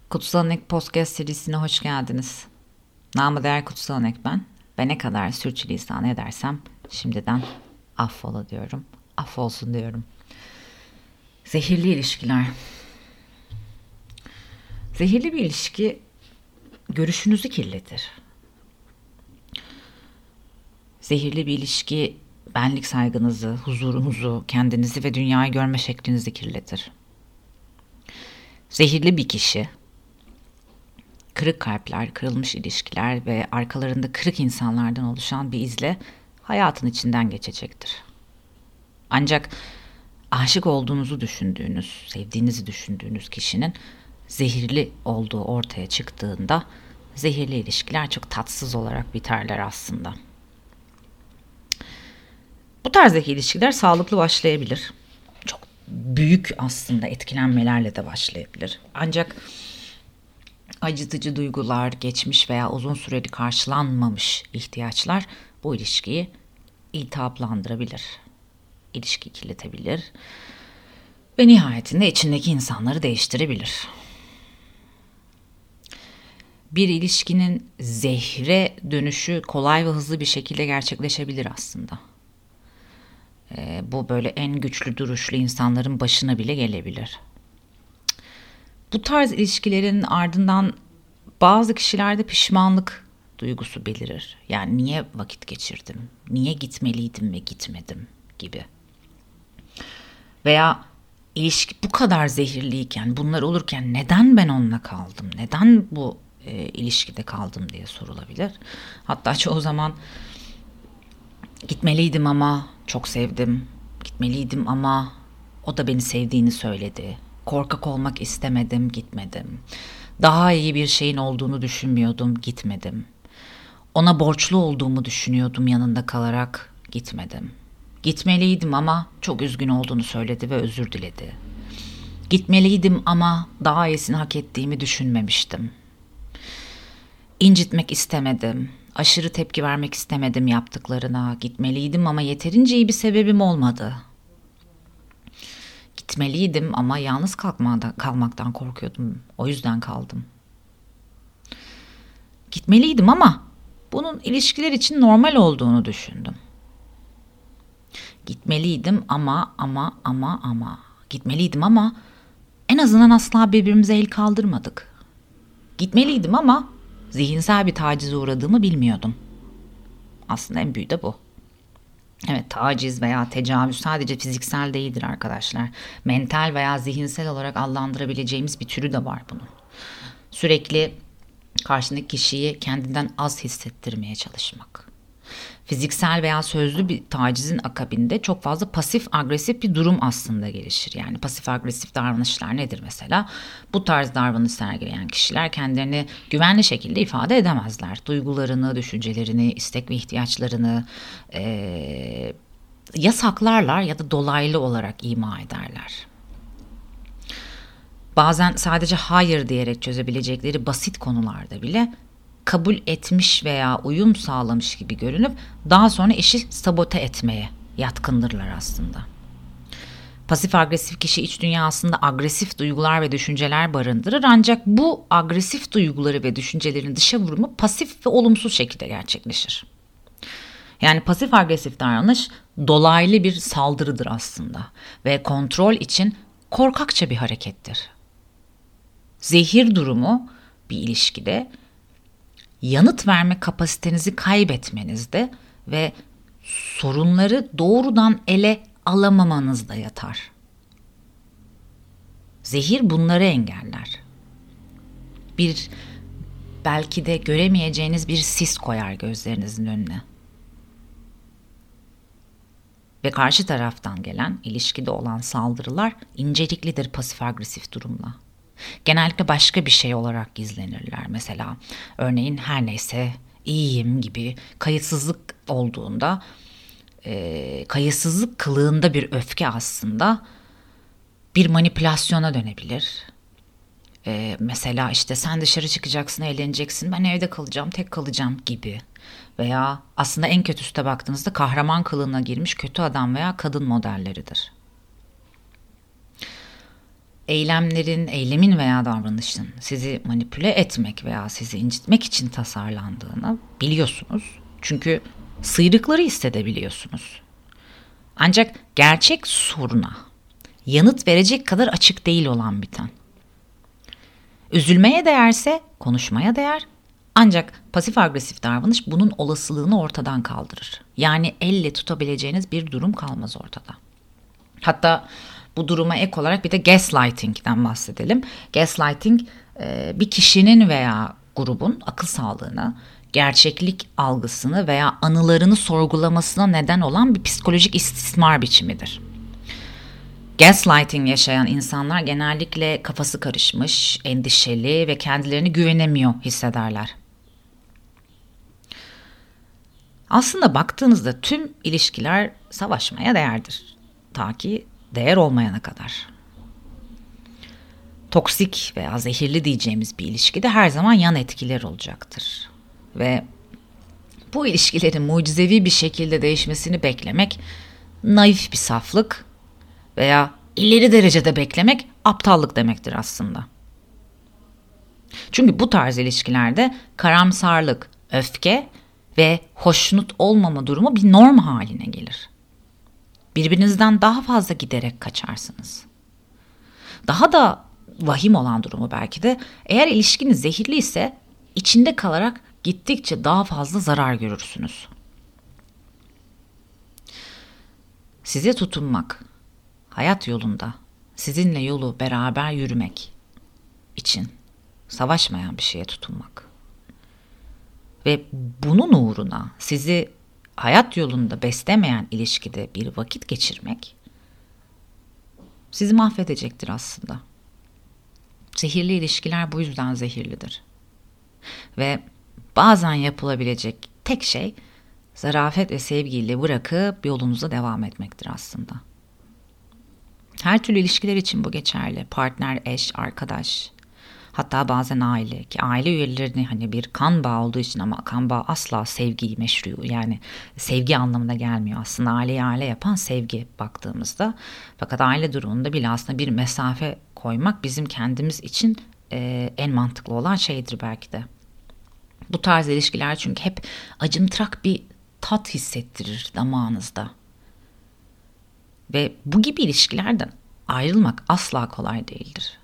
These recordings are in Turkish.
Kutsal Anek Podcast serisine hoş geldiniz. Namı değer Kutsal Anek ben. Ve ne kadar sürçülisan edersem şimdiden affola diyorum. Affolsun diyorum. Zehirli ilişkiler. Zehirli bir ilişki görüşünüzü kirletir. Zehirli bir ilişki benlik saygınızı, huzurunuzu, kendinizi ve dünyayı görme şeklinizi kirletir. Zehirli bir kişi kırık kalpler, kırılmış ilişkiler ve arkalarında kırık insanlardan oluşan bir izle hayatın içinden geçecektir. Ancak aşık olduğunuzu düşündüğünüz, sevdiğinizi düşündüğünüz kişinin zehirli olduğu ortaya çıktığında zehirli ilişkiler çok tatsız olarak biterler aslında. Bu tarzdaki ilişkiler sağlıklı başlayabilir. Çok büyük aslında etkilenmelerle de başlayabilir. Ancak acıtıcı duygular, geçmiş veya uzun süreli karşılanmamış ihtiyaçlar bu ilişkiyi iltihaplandırabilir. İlişki kirletebilir ve nihayetinde içindeki insanları değiştirebilir. Bir ilişkinin zehre dönüşü kolay ve hızlı bir şekilde gerçekleşebilir aslında. Bu böyle en güçlü duruşlu insanların başına bile gelebilir. Bu tarz ilişkilerin ardından bazı kişilerde pişmanlık duygusu belirir. Yani niye vakit geçirdim, niye gitmeliydim ve gitmedim gibi. Veya ilişki bu kadar zehirliyken, bunlar olurken neden ben onunla kaldım, neden bu ilişkide kaldım diye sorulabilir. Hatta çoğu zaman gitmeliydim ama çok sevdim, gitmeliydim ama o da beni sevdiğini söyledi. Korkak olmak istemedim, gitmedim. Daha iyi bir şeyin olduğunu düşünmüyordum, gitmedim. Ona borçlu olduğumu düşünüyordum yanında kalarak, gitmedim. Gitmeliydim ama çok üzgün olduğunu söyledi ve özür diledi. Gitmeliydim ama daha iyisini hak ettiğimi düşünmemiştim. İncitmek istemedim. Aşırı tepki vermek istemedim yaptıklarına. Gitmeliydim ama yeterince iyi bir sebebim olmadı. Gitmeliydim ama yalnız kalmaktan korkuyordum. O yüzden kaldım. Gitmeliydim ama bunun ilişkiler için normal olduğunu düşündüm. Gitmeliydim ama. Gitmeliydim ama en azından asla birbirimize el kaldırmadık. Gitmeliydim ama zihinsel bir tacize uğradığımı bilmiyordum. Aslında en büyüğü de bu. Evet, taciz veya tecavüz sadece fiziksel değildir arkadaşlar. Mental veya zihinsel olarak adlandırabileceğimiz bir türü de var bunun. Sürekli karşındaki kişiyi kendinden az hissettirmeye çalışmak. Fiziksel veya sözlü bir tacizin akabinde çok fazla pasif agresif bir durum aslında gelişir. Yani pasif agresif davranışlar nedir mesela? Bu tarz davranış sergileyen kişiler kendilerini güvenli şekilde ifade edemezler. Duygularını, düşüncelerini, istek ve ihtiyaçlarını ya saklarlar ya da dolaylı olarak ima ederler. Bazen sadece hayır diyerek çözebilecekleri basit konularda bile kabul etmiş veya uyum sağlamış gibi görünüp daha sonra işi sabote etmeye yatkındırlar aslında. Pasif agresif kişi iç dünyasında agresif duygular ve düşünceler barındırır, ancak bu agresif duyguları ve düşüncelerin dışa vurumu pasif ve olumsuz şekilde gerçekleşir. Yani pasif agresif davranış dolaylı bir saldırıdır aslında ve kontrol için korkakça bir harekettir. Zehir durumu bir ilişkide yanıt verme kapasitenizi kaybetmenizde ve sorunları doğrudan ele alamamanızda yatar. Zehir bunları engeller. Bir belki de göremeyeceğiniz bir sis koyar gözlerinizin önüne. Ve karşı taraftan gelen, ilişkide olan saldırılar inceliklidir pasif agresif durumla. Genellikle başka bir şey olarak gizlenirler. Mesela örneğin her neyse iyiyim gibi kayıtsızlık olduğunda kayıtsızlık kılığında bir öfke aslında bir manipülasyona dönebilir. Mesela işte sen dışarı çıkacaksın, eğleneceksin, ben evde kalacağım, tek kalacağım gibi. Veya aslında en kötüsü de baktığınızda kahraman kılığına girmiş kötü adam veya kadın modelleridir. eylemin veya davranışın sizi manipüle etmek veya sizi incitmek için tasarlandığını biliyorsunuz. Çünkü sıyrıkları hissedebiliyorsunuz. Ancak gerçek soruna yanıt verecek kadar açık değil olan biten. Üzülmeye değerse konuşmaya değer. Ancak pasif agresif davranış bunun olasılığını ortadan kaldırır. Yani elle tutabileceğiniz bir durum kalmaz ortada. Hatta bu duruma ek olarak bir de gaslighting'den bahsedelim. Gaslighting bir kişinin veya grubun akıl sağlığını, gerçeklik algısını veya anılarını sorgulamasına neden olan bir psikolojik istismar biçimidir. Gaslighting yaşayan insanlar genellikle kafası karışmış, endişeli ve kendilerini güvenemiyor hissederler. Aslında baktığınızda tüm ilişkiler savaşmaya değerdir. Ta ki değer olmayana kadar. Toksik veya zehirli diyeceğimiz bir ilişkide her zaman yan etkiler olacaktır. Ve bu ilişkilerin mucizevi bir şekilde değişmesini beklemek naif bir saflık veya ileri derecede beklemek aptallık demektir aslında. Çünkü bu tarz ilişkilerde karamsarlık, öfke ve hoşnut olmama durumu bir norm haline gelir. Birbirinizden daha fazla giderek kaçarsınız. Daha da vahim olan durumu belki de eğer ilişkiniz zehirli ise içinde kalarak gittikçe daha fazla zarar görürsünüz. Size tutunmak, hayat yolunda sizinle yolu beraber yürümek için savaşmayan bir şeye tutunmak. Ve bunun uğruna sizi hayat yolunda beslemeyen ilişkide bir vakit geçirmek sizi mahvedecektir aslında. Zehirli ilişkiler bu yüzden zehirlidir. Ve bazen yapılabilecek tek şey zarafet ve sevgiyle bırakıp yolunuza devam etmektir aslında. Her türlü ilişkiler için bu geçerli. Partner, eş, arkadaş, hatta bazen aile. Ki aile üyelerini hani bir kan bağı olduğu için ama kan bağı asla sevgiyi meşru, yani sevgi anlamına gelmiyor. Aslında aileyi aile yapan sevgi baktığımızda. Fakat aile durumunda bile aslında bir mesafe koymak bizim kendimiz için en mantıklı olan şeydir belki de. Bu tarz ilişkiler çünkü hep acımtırak bir tat hissettirir damağınızda. Ve bu gibi ilişkilerden ayrılmak asla kolay değildir.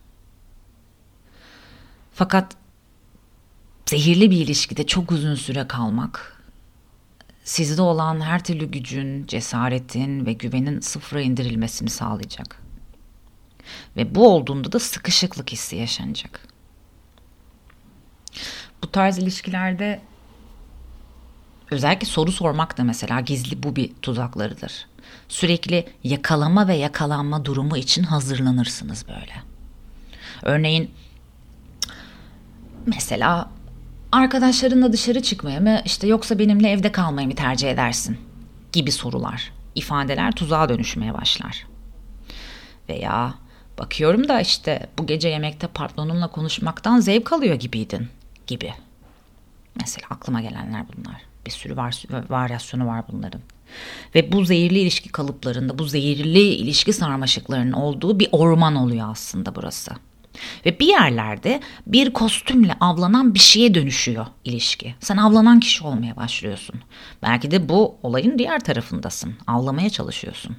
Fakat zehirli bir ilişkide çok uzun süre kalmak, sizde olan her türlü gücün, cesaretin ve güvenin sıfıra indirilmesini sağlayacak. Ve bu olduğunda da sıkışıklık hissi yaşanacak. Bu tarz ilişkilerde özellikle soru sormak da mesela gizli bu bir tuzaklarıdır. Sürekli yakalama ve yakalanma durumu için hazırlanırsınız böyle. Örneğin mesela arkadaşlarınla dışarı çıkmaya mı yoksa benimle evde kalmayı mı tercih edersin gibi sorular, ifadeler tuzağa dönüşmeye başlar. Veya bakıyorum da bu gece yemekte patronunla konuşmaktan zevk alıyor gibiydin gibi. Mesela aklıma gelenler bunlar. Bir sürü varyasyonu var bunların. Ve bu zehirli ilişki kalıplarında, bu zehirli ilişki sarmaşıklarının olduğu bir orman oluyor aslında burası. Ve bir yerlerde bir kostümle avlanan bir şeye dönüşüyor ilişki. Sen avlanan kişi olmaya başlıyorsun. Belki de bu olayın diğer tarafındasın. Avlamaya çalışıyorsun.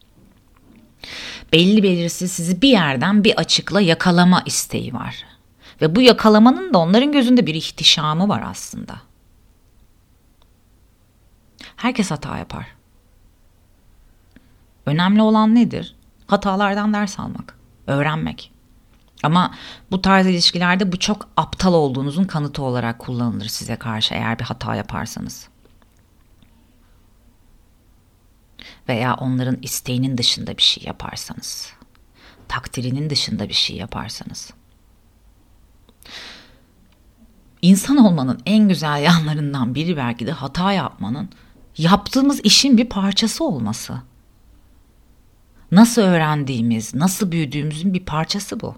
Belli belirsiz sizi bir yerden bir açıkla yakalama isteği var. Ve bu yakalamanın da onların gözünde bir ihtişamı var aslında. Herkes hata yapar. Önemli olan nedir? Hatalardan ders almak, öğrenmek. Ama bu tarz ilişkilerde bu çok aptal olduğunuzun kanıtı olarak kullanılır size karşı eğer bir hata yaparsanız. Veya onların isteğinin dışında bir şey yaparsanız. Takdirinin dışında bir şey yaparsanız. İnsan olmanın en güzel yanlarından biri belki de hata yapmanın yaptığımız işin bir parçası olması. Nasıl öğrendiğimiz, nasıl büyüdüğümüzün bir parçası bu.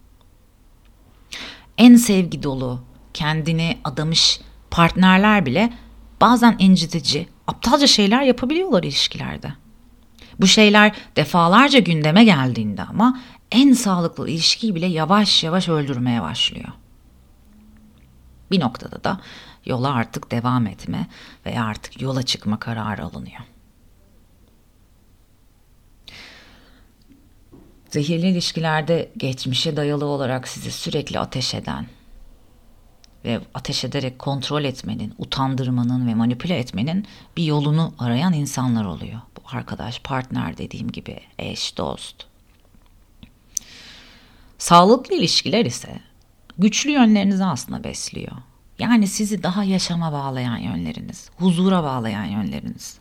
En sevgi dolu, kendini adamış partnerler bile bazen incitici, aptalca şeyler yapabiliyorlar ilişkilerde. Bu şeyler defalarca gündeme geldiğinde ama en sağlıklı ilişkiyi bile yavaş yavaş öldürmeye başlıyor. Bir noktada da yola artık devam etme veya artık yola çıkma kararı alınıyor. Zehirli ilişkilerde geçmişe dayalı olarak sizi sürekli ateş eden ve ateş ederek kontrol etmenin, utandırmanın ve manipüle etmenin bir yolunu arayan insanlar oluyor. Bu arkadaş, partner, dediğim gibi eş, dost. Sağlıklı ilişkiler ise güçlü yönlerinizi aslında besliyor. Yani sizi daha yaşama bağlayan yönleriniz, huzura bağlayan yönleriniz.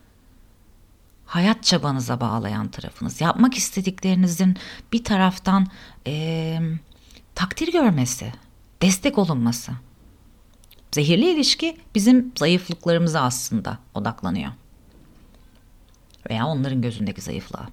Hayat çabanıza bağlayan tarafınız, yapmak istediklerinizin bir taraftan takdir görmesi, destek olunması. Zehirli ilişki bizim zayıflıklarımıza aslında odaklanıyor. Veya onların gözündeki zayıflığa.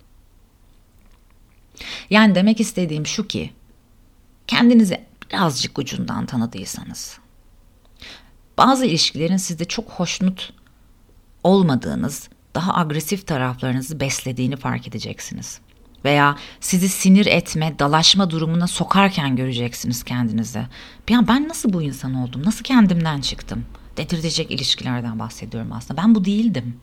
Yani demek istediğim şu ki, kendinizi birazcık ucundan tanıdıysanız, bazı ilişkilerin sizde çok hoşnut olmadığınız, daha agresif taraflarınızı beslediğini fark edeceksiniz. Veya sizi sinir etme, dalaşma durumuna sokarken göreceksiniz kendinizi. Bir an ben nasıl bu insan oldum, nasıl kendimden çıktım dedirtecek ilişkilerden bahsediyorum aslında. Ben bu değildim.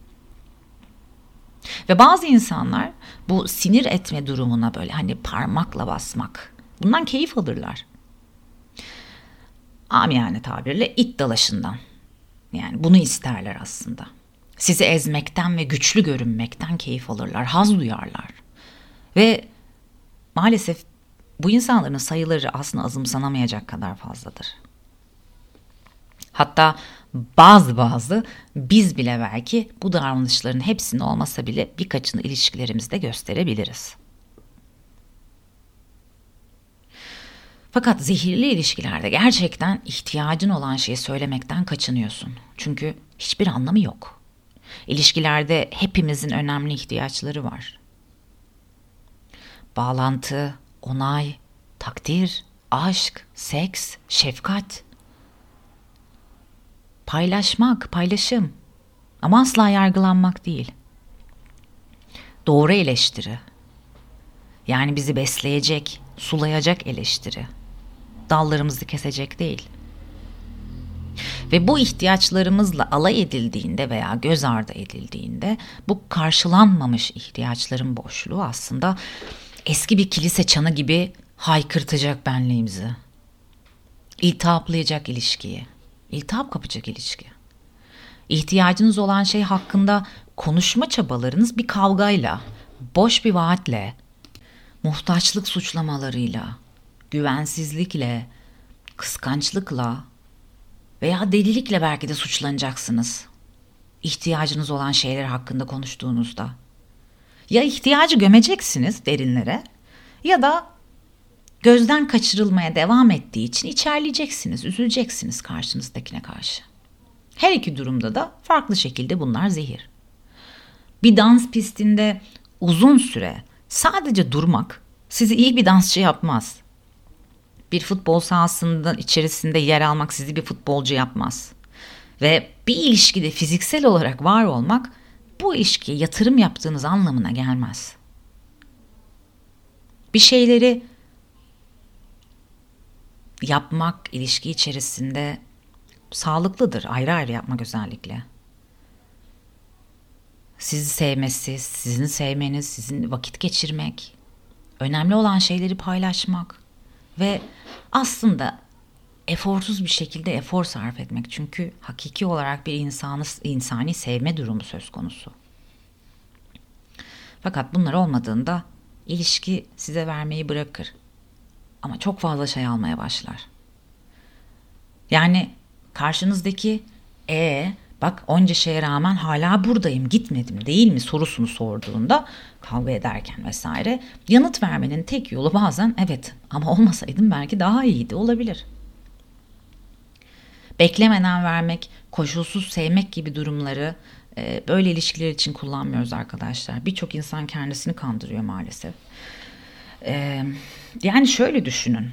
Ve bazı insanlar bu sinir etme durumuna böyle hani parmakla basmak, bundan keyif alırlar. Amiyane tabirle it dalaşından. Yani bunu isterler aslında. Sizi ezmekten ve güçlü görünmekten keyif alırlar, haz duyarlar. Ve maalesef bu insanların sayıları aslında azımsanamayacak kadar fazladır. Hatta bazı biz bile belki bu davranışların hepsini olmasa bile birkaçını ilişkilerimizde gösterebiliriz. Fakat zehirli ilişkilerde gerçekten ihtiyacın olan şeyi söylemekten kaçınıyorsun. Çünkü hiçbir anlamı yok. İlişkilerde hepimizin önemli ihtiyaçları var. Bağlantı, onay, takdir, aşk, seks, şefkat. Paylaşmak, paylaşım. Ama asla yargılanmak değil. Doğru eleştiri. Yani bizi besleyecek, sulayacak eleştiri. Dallarımızı kesecek değil. Ve bu ihtiyaçlarımızla alay edildiğinde veya göz ardı edildiğinde bu karşılanmamış ihtiyaçların boşluğu aslında eski bir kilise çanı gibi haykırtacak benliğimizi. İltihaplayacak ilişkiyi. İltihap kapacak ilişki. İhtiyacınız olan şey hakkında konuşma çabalarınız bir kavgayla, boş bir vaatle, muhtaçlık suçlamalarıyla, güvensizlikle, kıskançlıkla veya delilikle belki de suçlanacaksınız. İhtiyacınız olan şeyler hakkında konuştuğunuzda. Ya ihtiyacı gömeceksiniz derinlere ya da gözden kaçırılmaya devam ettiği için içerleyeceksiniz, üzüleceksiniz karşınızdakine karşı. Her iki durumda da farklı şekilde bunlar zehir. Bir dans pistinde uzun süre sadece durmak sizi iyi bir dansçı yapmaz. Bir futbol sahasının içerisinde yer almak sizi bir futbolcu yapmaz. Ve bir ilişkide fiziksel olarak var olmak bu ilişkiye yatırım yaptığınız anlamına gelmez. Bir şeyleri yapmak ilişki içerisinde sağlıklıdır. Ayrı ayrı yapmak özellikle. Sizi sevmesi, sizin sevmeniz, sizin vakit geçirmek, önemli olan şeyleri paylaşmak ve aslında eforsuz bir şekilde efor sarf etmek. Çünkü hakiki olarak bir insani sevme durumu söz konusu. Fakat bunlar olmadığında ilişki size vermeyi bırakır. Ama çok fazla şey almaya başlar. Yani karşınızdaki bak onca şeye rağmen hala buradayım, gitmedim değil mi sorusunu sorduğunda kavga ederken vesaire yanıt vermenin tek yolu bazen evet ama olmasaydım belki daha iyiydi olabilir. Beklemeden vermek, koşulsuz sevmek gibi durumları böyle ilişkiler için kullanmıyoruz arkadaşlar. Birçok insan kendisini kandırıyor maalesef. Yani şöyle düşünün.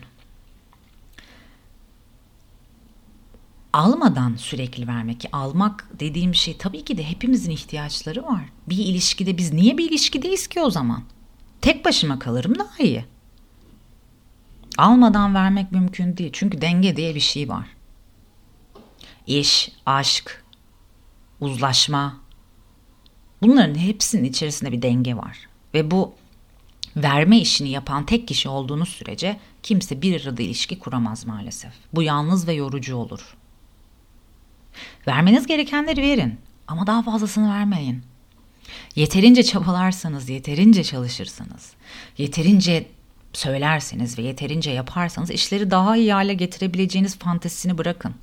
Almadan sürekli vermek, ki almak dediğim şey tabii ki de hepimizin ihtiyaçları var. Bir ilişkide biz niye bir ilişkideyiz ki o zaman? Tek başıma kalırım daha iyi. Almadan vermek mümkün değil. Çünkü denge diye bir şey var. İş, aşk, uzlaşma, bunların hepsinin içerisinde bir denge var. Ve bu verme işini yapan tek kişi olduğunuz sürece kimse bir arada ilişki kuramaz maalesef. Bu yalnız ve yorucu olur. Vermeniz gerekenleri verin ama daha fazlasını vermeyin. Yeterince çabalarsanız, yeterince çalışırsanız, yeterince söylerseniz ve yeterince yaparsanız işleri daha iyi hale getirebileceğiniz fantezisini bırakın.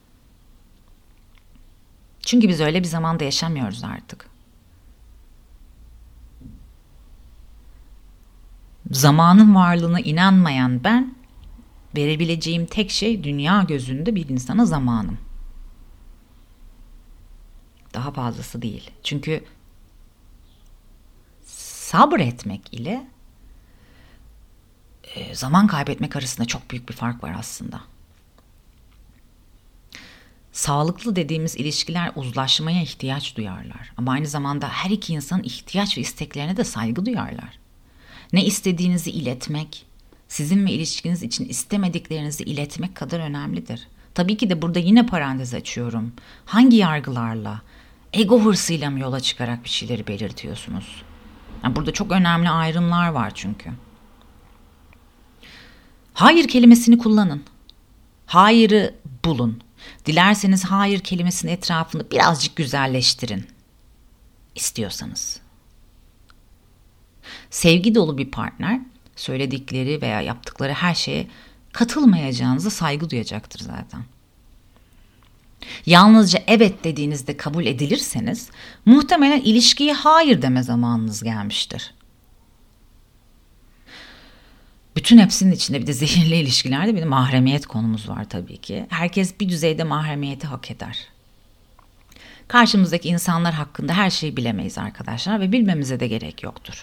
Çünkü biz öyle bir zamanda yaşamıyoruz artık. Zamanın varlığına inanmayan ben, verebileceğim tek şey dünya gözünde bir insana zamanım. Daha fazlası değil. Çünkü sabretmek ile zaman kaybetmek arasında çok büyük bir fark var aslında. Sağlıklı dediğimiz ilişkiler uzlaşmaya ihtiyaç duyarlar. Ama aynı zamanda her iki insanın ihtiyaç ve isteklerine de saygı duyarlar. Ne istediğinizi iletmek, sizin ve ilişkiniz için istemediklerinizi iletmek kadar önemlidir. Tabii ki de burada yine parantez açıyorum. Hangi yargılarla, ego hırsıyla mı yola çıkarak bir şeyleri belirtiyorsunuz? Yani burada çok önemli ayrımlar var çünkü. Hayır kelimesini kullanın. Hayırı bulun. Dilerseniz hayır kelimesinin etrafını birazcık güzelleştirin. İstiyorsanız. Sevgi dolu bir partner söyledikleri veya yaptıkları her şeye katılmayacağınıza saygı duyacaktır zaten. Yalnızca evet dediğinizde kabul edilirseniz muhtemelen ilişkiye hayır deme zamanınız gelmiştir. Bütün hepsinin içinde bir de zehirli ilişkilerde bir de mahremiyet konumuz var tabii ki. Herkes bir düzeyde mahremiyeti hak eder. Karşımızdaki insanlar hakkında her şeyi bilemeyiz arkadaşlar ve bilmemize de gerek yoktur.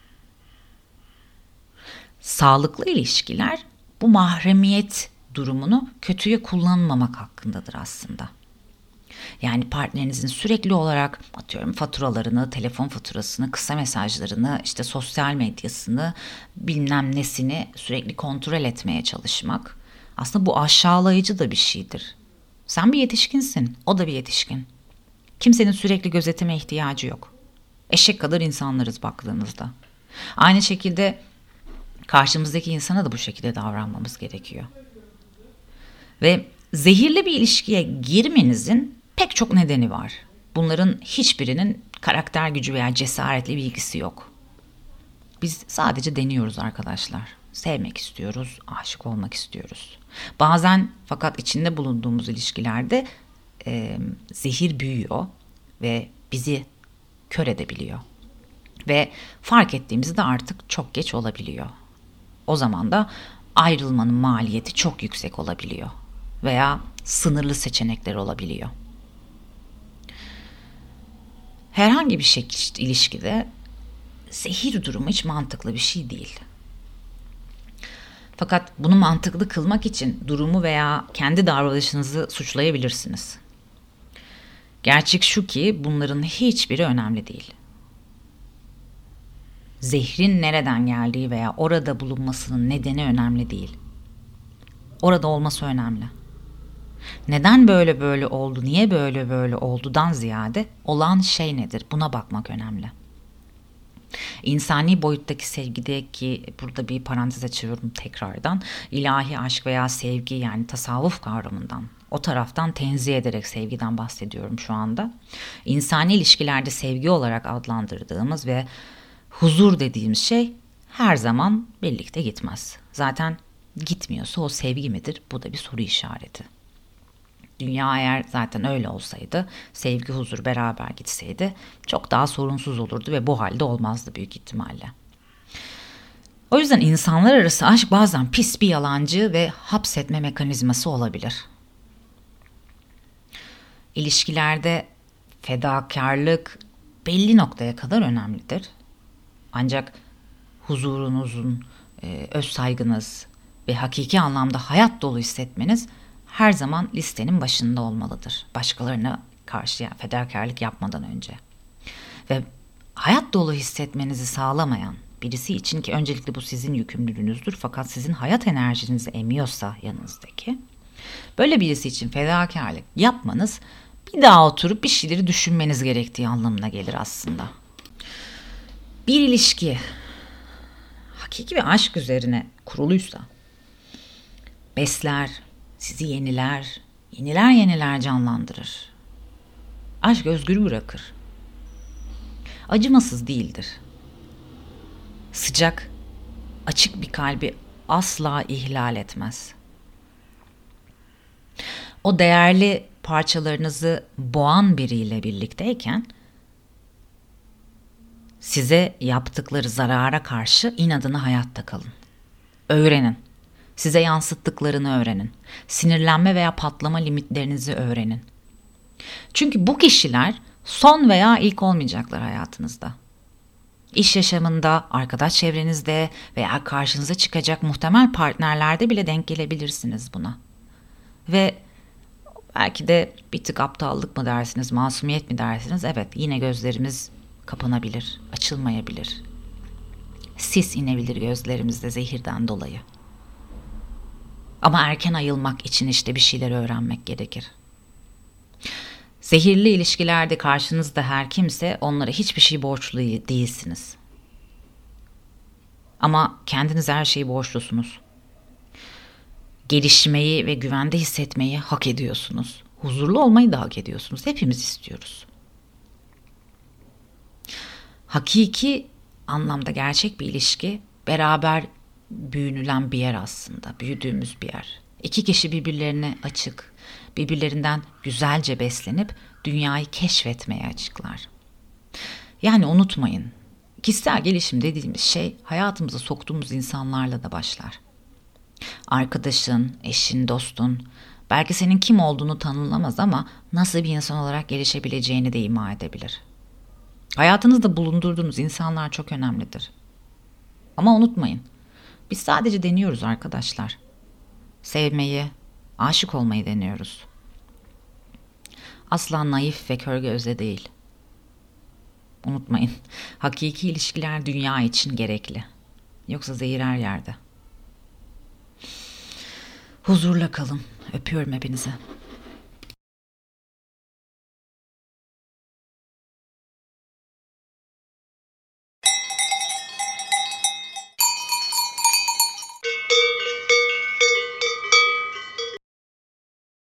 Sağlıklı ilişkiler bu mahremiyet durumunu kötüye kullanmamak hakkındadır aslında. Yani partnerinizin sürekli olarak atıyorum faturalarını, telefon faturasını, kısa mesajlarını, işte sosyal medyasını, bilmem nesini sürekli kontrol etmeye çalışmak aslında bu aşağılayıcı da bir şeydir. Sen bir yetişkinsin, o da bir yetişkin. Kimsenin sürekli gözetime ihtiyacı yok. Eşek kadar insanlarız baktığınızda. Aynı şekilde karşımızdaki insana da bu şekilde davranmamız gerekiyor. Ve zehirli bir ilişkiye girmenizin pek çok nedeni var. Bunların hiçbirinin karakter gücü veya cesaretle bir ilgisi yok. Biz sadece deniyoruz arkadaşlar. Sevmek istiyoruz, aşık olmak istiyoruz. Bazen fakat içinde bulunduğumuz ilişkilerde zehir büyüyor ve bizi kör edebiliyor. Ve fark ettiğimizde artık çok geç olabiliyor. O zaman da ayrılmanın maliyeti çok yüksek olabiliyor veya sınırlı seçenekler olabiliyor. Herhangi bir ilişkide zehir durumu hiç mantıklı bir şey değil. Fakat bunu mantıklı kılmak için durumu veya kendi davranışınızı suçlayabilirsiniz. Gerçek şu ki bunların hiçbiri önemli değil. Zehrin nereden geldiği veya orada bulunmasının nedeni önemli değil. Orada olması önemli. Neden böyle oldu, niye böyle oldudan ziyade olan şey nedir? Buna bakmak önemli. İnsani boyuttaki sevgideki, burada bir parantez açıyorum tekrardan, ilahi aşk veya sevgi yani tasavvuf kavramından, o taraftan tenzih ederek sevgiden bahsediyorum şu anda. İnsani ilişkilerde sevgi olarak adlandırdığımız ve huzur dediğimiz şey her zaman birlikte gitmez. Zaten gitmiyorsa o sevgi midir? Bu da bir soru işareti. Dünya eğer zaten öyle olsaydı, sevgi, huzur beraber gitseydi çok daha sorunsuz olurdu ve bu halde olmazdı büyük ihtimalle. O yüzden insanlar arası aşk bazen pis bir yalancı ve hapsetme mekanizması olabilir. İlişkilerde fedakarlık belli noktaya kadar önemlidir. Ancak huzurunuzun, öz saygınız ve hakiki anlamda hayat dolu hissetmeniz her zaman listenin başında olmalıdır. Başkalarına karşı fedakarlık yapmadan önce. Ve hayat dolu hissetmenizi sağlamayan, birisi için, ki öncelikle bu sizin yükümlülüğünüzdür fakat sizin hayat enerjinizi emiyorsa yanınızdaki, böyle birisi için fedakarlık yapmanız bir daha oturup bir şeyleri düşünmeniz gerektiği anlamına gelir aslında. Bir ilişki hakiki bir aşk üzerine kuruluysa besler, sizi yeniler canlandırır. Aşk özgür bırakır. Acımasız değildir. Sıcak, açık bir kalbi asla ihlal etmez. O değerli parçalarınızı boğan biriyle birlikteyken size yaptıkları zarara karşı inadına hayatta kalın. Öğrenin. Size yansıttıklarını öğrenin. Sinirlenme veya patlama limitlerinizi öğrenin. Çünkü bu kişiler son veya ilk olmayacaklar hayatınızda. İş yaşamında, arkadaş çevrenizde veya karşınıza çıkacak muhtemel partnerlerde bile denk gelebilirsiniz buna. Ve belki de bir tık aptallık mı dersiniz, masumiyet mi dersiniz? Evet, yine gözlerimiz kapanabilir, açılmayabilir. Sis inebilir gözlerimizde zehirden dolayı. Ama erken ayılmak için işte bir şeyler öğrenmek gerekir. Zehirli ilişkilerde karşınızda her kimse onlara hiçbir şey borçlu değilsiniz. Ama kendinize her şeyi borçlusunuz. Gelişmeyi ve güvende hissetmeyi hak ediyorsunuz. Huzurlu olmayı da hak ediyorsunuz. Hepimiz istiyoruz. Hakiki anlamda gerçek bir ilişki beraber büyünülen bir yer aslında. Büyüdüğümüz bir yer. İki kişi birbirlerine açık, birbirlerinden güzelce beslenip dünyayı keşfetmeye açıklar. Yani unutmayın, kişisel gelişim dediğimiz şey hayatımıza soktuğumuz insanlarla da başlar. Arkadaşın, eşin, dostun belki senin kim olduğunu tanımlamaz ama nasıl bir insan olarak gelişebileceğini de ima edebilir. Hayatınızda bulundurduğunuz insanlar çok önemlidir. Ama unutmayın, biz sadece deniyoruz arkadaşlar. Sevmeyi, aşık olmayı deniyoruz. Asla naif ve kör gözle değil. Unutmayın, hakiki ilişkiler dünya için gerekli. Yoksa zehir her yerde. Huzurla kalın. Öpüyorum hepinizi.